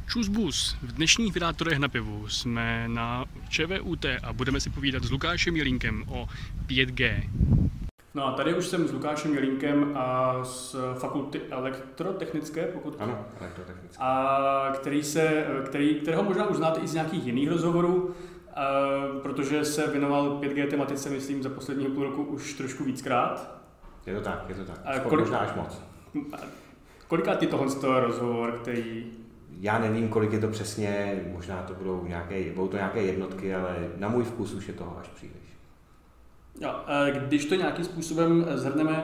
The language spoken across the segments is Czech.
Čus bus, v dnešních Vydátorech na pivu jsme na ČVUT a budeme si povídat s Lukášem Jelínkem o 5G. No a tady už jsem s Lukášem Jelínkem a z fakulty elektrotechnické, Ano, elektrotechnické. A kterého možná už znáte i z nějakých jiných rozhovorů, protože se věnoval 5G tematice, myslím, za posledního půl roku už trošku víckrát. Je to tak. Možná až moc. Kolikátý tohle rozhovor, který... Já nevím, kolik je to přesně, možná to budou to nějaké jednotky, ale na můj vkus už je toho až příliš. Jo, když to nějakým způsobem shrneme,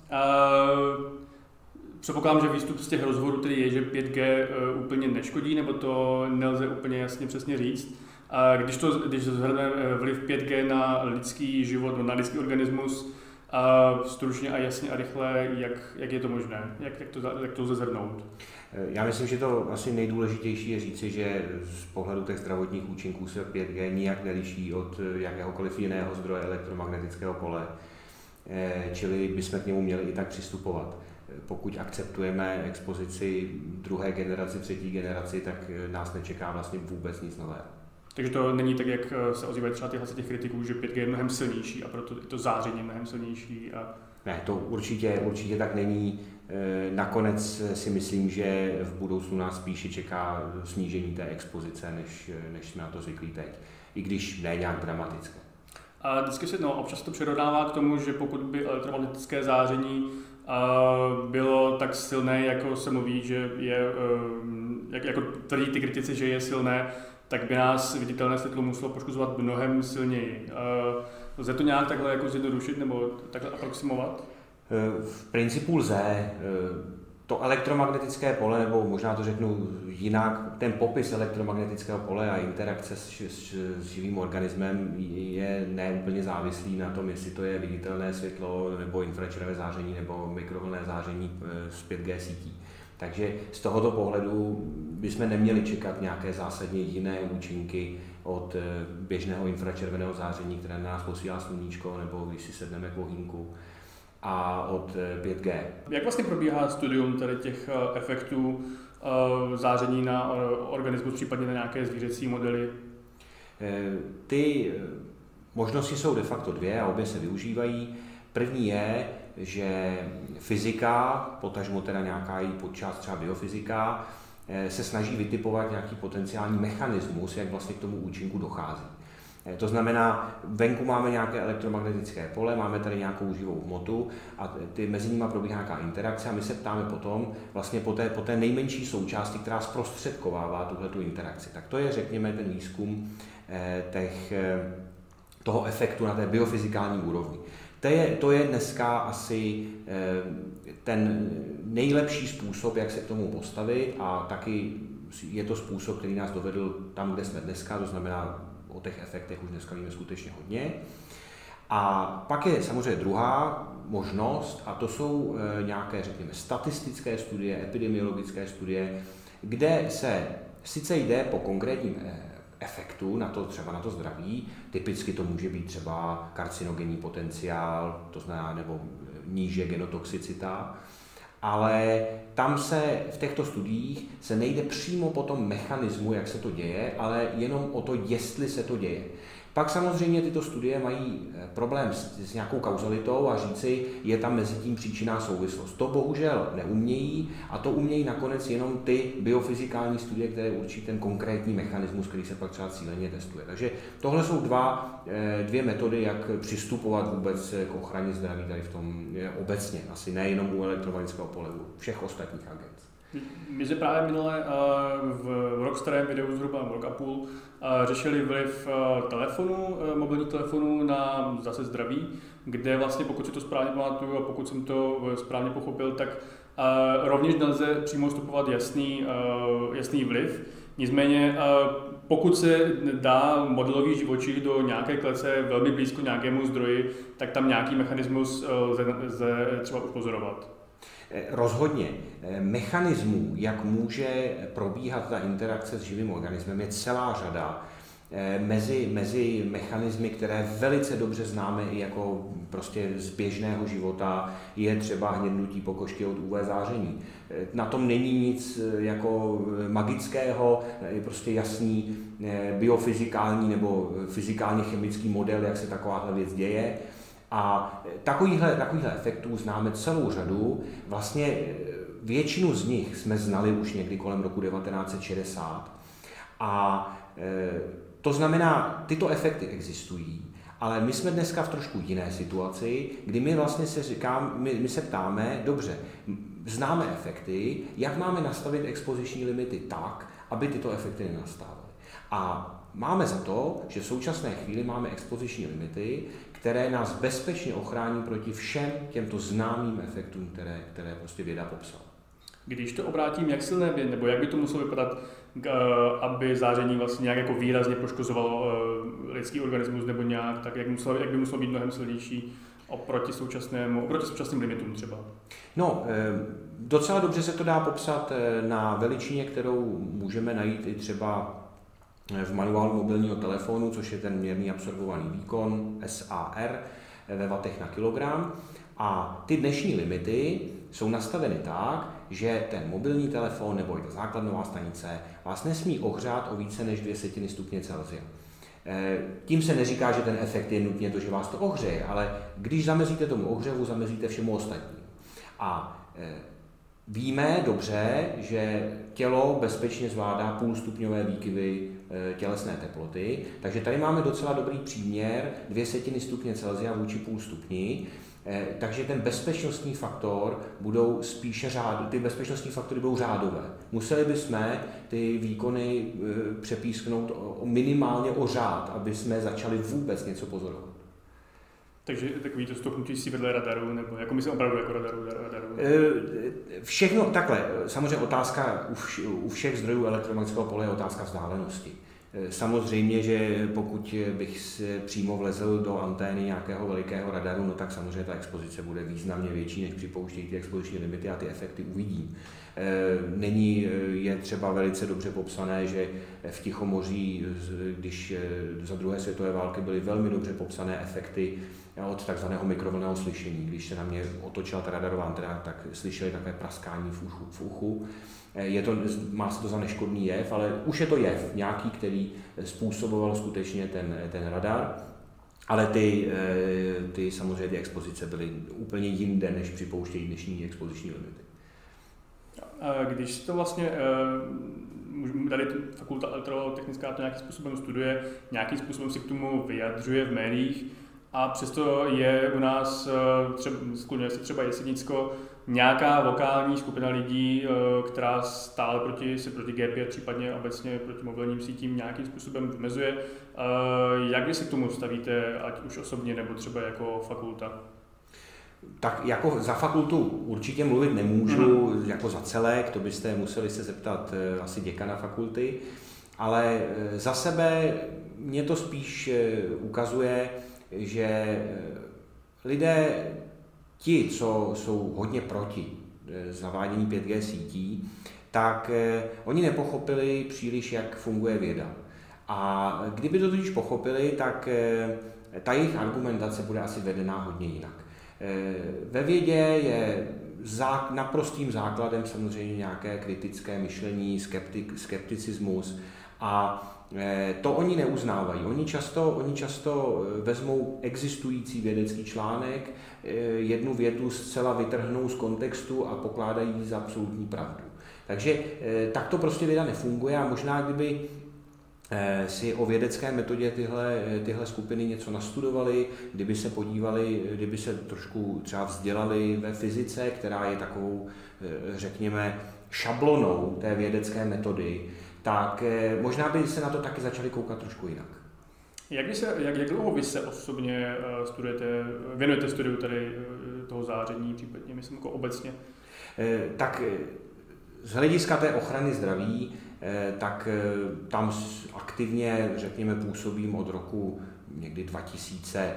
předpokládám, že výstup z těch rozhovorů tedy je, že 5G úplně neškodí, nebo to nelze úplně jasně přesně říct. Když shrneme vliv 5G na lidský život, na lidský organismus, stručně a jasně a rychle, jak je to možné, jak to lze shrnout? Já myslím, že to asi nejdůležitější je říci, že z pohledu těch zdravotních účinků se 5G nijak neliší od jakéhokoliv jiného zdroje elektromagnetického pole, čili bychom k němu měli i tak přistupovat. Pokud akceptujeme expozici druhé generaci, třetí generaci, tak nás nečeká vlastně vůbec nic nového. Takže to není tak, jak se ozývají třeba těch kritiků, že 5G je mnohem silnější a proto to záření je mnohem silnější. Ne, to určitě tak není. Nakonec si myslím, že v budoucnu nás spíše čeká snížení té expozice, než jsme na to zvyklí teď. I když ne nějak dramatické. A vždycky se občas to přirovnává k tomu, že pokud by elektromagnetické záření bylo tak silné, jako se mluví, že je, jako tvrdí ty kritici, že je silné, tak by nás viditelné světlo muselo poškozovat mnohem silněji. Lze to nějak takhle jako zjednodušit nebo takhle aproximovat? V principu lze. To elektromagnetické pole, nebo možná to řeknu jinak, ten popis elektromagnetického pole a interakce s živým organismem je neúplně závislý na tom, jestli to je viditelné světlo, nebo infračervené záření, nebo mikrovlnné záření z 5G sítí. Takže z tohoto pohledu bychom neměli čekat nějaké zásadně jiné účinky od běžného infračerveného záření, které na nás posílá sluníčko, nebo když si sedneme k ohýnku, a od 5G. Jak vlastně probíhá studium tady těch efektů záření na organismus, případně na nějaké zvířecí modely? Ty možnosti jsou de facto dvě a obě se využívají. První je, že fyzika, potažmo teda nějaká její podčást, třeba biofyzika, se snaží vytipovat nějaký potenciální mechanismus, jak vlastně k tomu účinku dochází. To znamená, venku máme nějaké elektromagnetické pole, máme tady nějakou živou hmotu a mezi nimi probíhá nějaká interakce a my se ptáme potom vlastně po té nejmenší součásti, která zprostředkovává tuhletu interakci. Tak to je, řekněme, ten výzkum toho efektu na té biofyzikální úrovni. To je dneska asi ten nejlepší způsob, jak se k tomu postavit a taky je to způsob, který nás dovedl tam, kde jsme dneska, to znamená, o těch efektech už dneska víme skutečně hodně. A pak je samozřejmě druhá možnost, a to jsou nějaké, řekněme, statistické studie, epidemiologické studie, kde se sice jde po konkrétním efektu, třeba na to zdraví, typicky to může být třeba karcinogenní potenciál, to znamená, nebo níže genotoxicita, ale tam se v těchto studiích se nejde přímo po tom mechanismu, jak se to děje, ale jenom o to, jestli se to děje. Pak samozřejmě tyto studie mají problém s nějakou kauzalitou a říci, je tam mezi tím příčinná souvislost. To bohužel neumějí a to umějí nakonec jenom ty biofyzikální studie, které určí ten konkrétní mechanismus, který se pak třeba cíleně testuje. Takže tohle jsou dvě metody, jak přistupovat vůbec k ochraně zdraví tady v tom obecně, asi nejenom u elektromagnetického pole, u všech ostatních agent. My jsme právě minule v rok starém videu, zhruba rok a půl, řešili vliv mobilních telefonů na zase zdraví, kde vlastně, pokud si to správně pamatuju a pokud jsem to správně pochopil, tak rovněž nelze přímo stupovat jasný vliv. Nicméně, pokud se dá modelový živočich do nějaké klece velmi blízko nějakému zdroji, tak tam nějaký mechanismus lze třeba upozorovat. Rozhodně. Mechanismů, jak může probíhat ta interakce s živým organismem, je celá řada. mezi mechanismy, které velice dobře známe i jako prostě z běžného života, je třeba hnědnutí pokožky od UV záření. Na tom není nic jako magického, je prostě jasný biofyzikální nebo fyzikálně chemický model, jak se takováhle věc děje. A takovýchhle efektů známe celou řadu. Vlastně většinu z nich jsme znali už někdy kolem roku 1960. A to znamená, tyto efekty existují, ale my jsme dneska v trošku jiné situaci, kdy my vlastně my se ptáme, dobře, známe efekty, jak máme nastavit expoziční limity tak, aby tyto efekty nenastávaly. A máme za to, že v současné chvíli máme expoziční limity, které nás bezpečně ochrání proti všem těmto známým efektům, které prostě věda popsala. Když to obrátím, jak silné by, nebo jak by to muselo vypadat, aby záření vlastně nějak jako výrazně poškozovalo lidský organismus nebo nějak, tak jak by muselo být mnohem silnější oproti současným limitům třeba? No, docela dobře se to dá popsat na veličině, kterou můžeme najít i třeba v manuálu mobilního telefonu, což je ten měrný absorbovaný výkon SAR ve wattech na kilogram. A ty dnešní limity jsou nastaveny tak, že ten mobilní telefon nebo i ta základnová stanice vás nesmí ohřát o více než 0,2 stupně Celsia. Tím se neříká, že ten efekt je nutně to, že vás to ohřeje, ale když zamezíte tomu ohřevu, zamezíte všemu ostatnímu. A víme dobře, že tělo bezpečně zvládá půlstupňové výkyvy tělesné teploty, takže tady máme docela dobrý příměr 0,2 stupně Celsia vůči půl stupni. Takže ten bezpečnostní faktor budou spíše ty bezpečnostní faktory budou řádové. Museli bychom ty výkony přepísknout minimálně o řád, aby jsme začali vůbec něco pozorovat. Takže takový to stopnutí si vedle radaru, nebo jako myslím opravdu jako radaru? Všechno takhle. Samozřejmě otázka u všech zdrojů elektromagnetického pole je otázka vzdálenosti. Samozřejmě, že pokud bych přímo vlezl do antény nějakého velikého radaru, no tak samozřejmě ta expozice bude významně větší, než připouštějí ty expoziční limity a ty efekty uvidím. Je třeba velice dobře popsané, že v Tichomoří, když za druhé světové války byly velmi dobře popsané efekty od takzvaného mikrovlnného slyšení. Když se na mě otočila ta radarová anténa, tak slyšeli takové praskání v uchu. Má se to za neškodný jev, ale už je to jev nějaký, který způsoboval skutečně ten radar, ale ty samozřejmě ty expozice byly úplně jinde, než připouštějí dnešní expoziční limity. Když to vlastně tady fakulta elektrotechnická to nějakým způsobem studuje, nějakým způsobem se k tomu vyjadřuje v médiích, a přesto je u nás, skloňuje se třeba Jesenicko, nějaká lokální skupina lidí, která stále proti G5, případně obecně proti mobilním sítím nějakým způsobem vymezuje. Jak vy se k tomu stavíte, ať už osobně, nebo třeba jako fakulta? Tak jako za fakultu určitě mluvit nemůžu, jako za celek, to byste museli se zeptat asi děkana fakulty, ale za sebe mě to spíš ukazuje, že lidé, ti, co jsou hodně proti zavádění 5G sítí, tak oni nepochopili příliš, jak funguje věda. A kdyby to totiž pochopili, tak ta jejich argumentace bude asi vedená hodně jinak. Ve vědě je naprostým základem samozřejmě nějaké kritické myšlení, skepticismus a to oni neuznávají. Oni často vezmou existující vědecký článek, jednu větu zcela vytrhnou z kontextu a pokládají ji za absolutní pravdu. Takže tak to prostě věda nefunguje a možná kdyby si o vědecké metodě tyhle skupiny něco nastudovali, kdyby se podívali, kdyby se trošku třeba vzdělali ve fyzice, která je takovou, řekněme, šablonou té vědecké metody, tak možná by se na to taky začali koukat trošku jinak. Jak dlouho vy se osobně věnujete studiu tady toho záření, případně myslím jako obecně? Tak z hlediska té ochrany zdraví, tak tam aktivně, řekněme, působím od roku někdy 2000.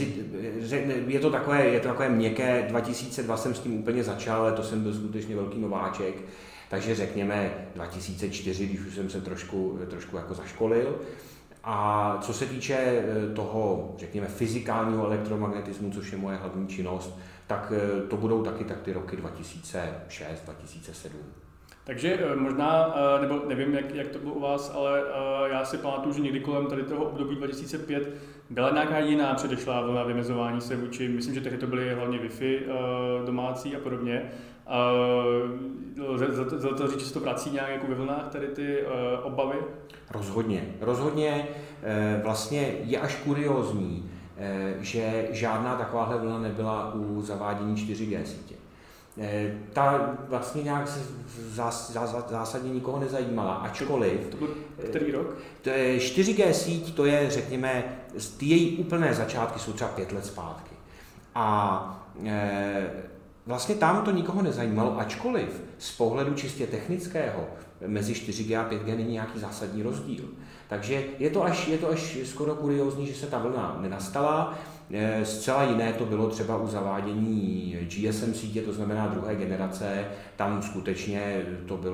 Je to takové měkké, 2002 jsem s tím úplně začal, ale to jsem byl skutečně velký nováček, takže řekněme 2004, když už jsem se trošku jako zaškolil. A co se týče toho, řekněme, fyzikálního elektromagnetismu, což je moje hlavní činnost, tak to budou taky tak ty roky 2006, 2007. Takže možná, nebo nevím, jak to bylo u vás, ale já si pamatuju, že někdy kolem tady toho období 2005 byla nějaká jiná předešlá vlna vymezování se vůči, myslím, že tehdy to byly hlavně Wi-Fi domácí a podobně. Lze to říct, že se to vrací nějak jako ve vlnách tady ty obavy? Rozhodně vlastně je až kuriózní, že žádná takováhle vlna nebyla u zavádění 4G sítě. Ta vlastně nějak se zásadně nikoho nezajímala, ačkoliv... To byl který rok? 4G síť, to je, řekněme, ty její úplné začátky jsou třeba 5 let zpátky. A vlastně tam to nikoho nezajímalo, ačkoliv z pohledu čistě technického mezi 4G a 5G není nějaký zásadní rozdíl. Takže je to až skoro kuriózní, že se ta vlna nenastala. Zcela jiné to bylo třeba u zavádění GSM sítě, to znamená druhé generace. Tam skutečně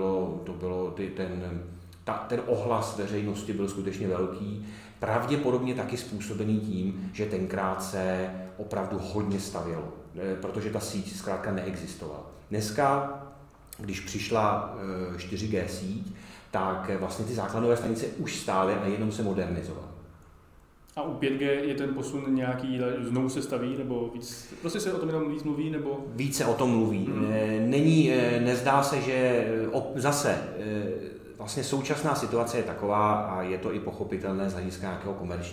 ten ohlas veřejnosti byl skutečně velký. Pravděpodobně taky způsobený tím, že tenkrát se opravdu hodně stavělo, protože ta síť zkrátka neexistovala. Dneska, když přišla 4G síť, tak vlastně ty základové stanice už stály a jenom se modernizovaly. A u 5G je ten posun nějaký, znovu se staví, nebo víc, prostě se o tom jenom víc mluví, nebo? Více o tom mluví. Nezdá se, že vlastně současná situace je taková, a je to i pochopitelné z hlediska nějakého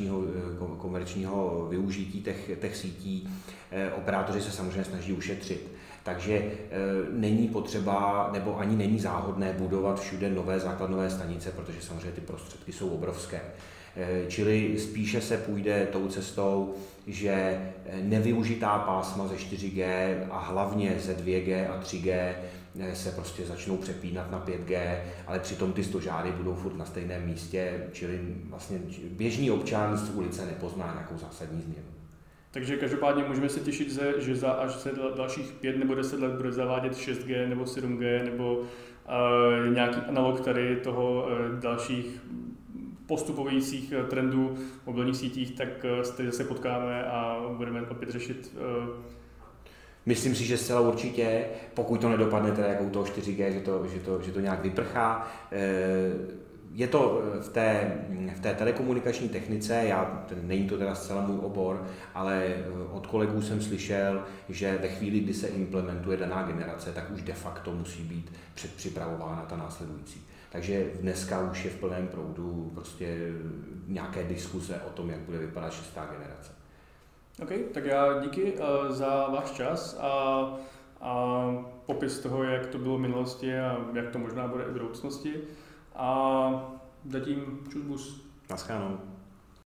komerčního využití těch sítí, operátoři se samozřejmě snaží ušetřit. Takže není potřeba, nebo ani není záhodné budovat všude nové základnové stanice, protože samozřejmě ty prostředky jsou obrovské. Čili spíše se půjde tou cestou, že nevyužitá pásma ze 4G a hlavně ze 2G a 3G se prostě začnou přepínat na 5G, ale přitom ty stožáry budou furt na stejném místě, čili vlastně běžný občan z ulice nepozná nějakou zásadní změnu. Takže každopádně můžeme se těšit, že až se dalších 5 nebo 10 let bude zavádět 6G nebo 7G nebo nějaký analog tady toho dalších postupujících trendů v mobilních sítích, tak se zase potkáme a budeme opět řešit. Myslím si, že zcela určitě, pokud to nedopadne teda jako u toho 4G, že to nějak vyprchá. Je to v té telekomunikační technice, není to teda zcela můj obor, ale od kolegů jsem slyšel, že ve chvíli, kdy se implementuje daná generace, tak už de facto musí být předpřipravována ta následující. Takže dneska už je v plném proudu prostě nějaké diskuze o tom, jak bude vypadat 6. generace. OK, tak já díky za váš čas a popis toho, jak to bylo v minulosti a jak to možná bude i v budoucnosti. A zatím čus bus. Naschledanou.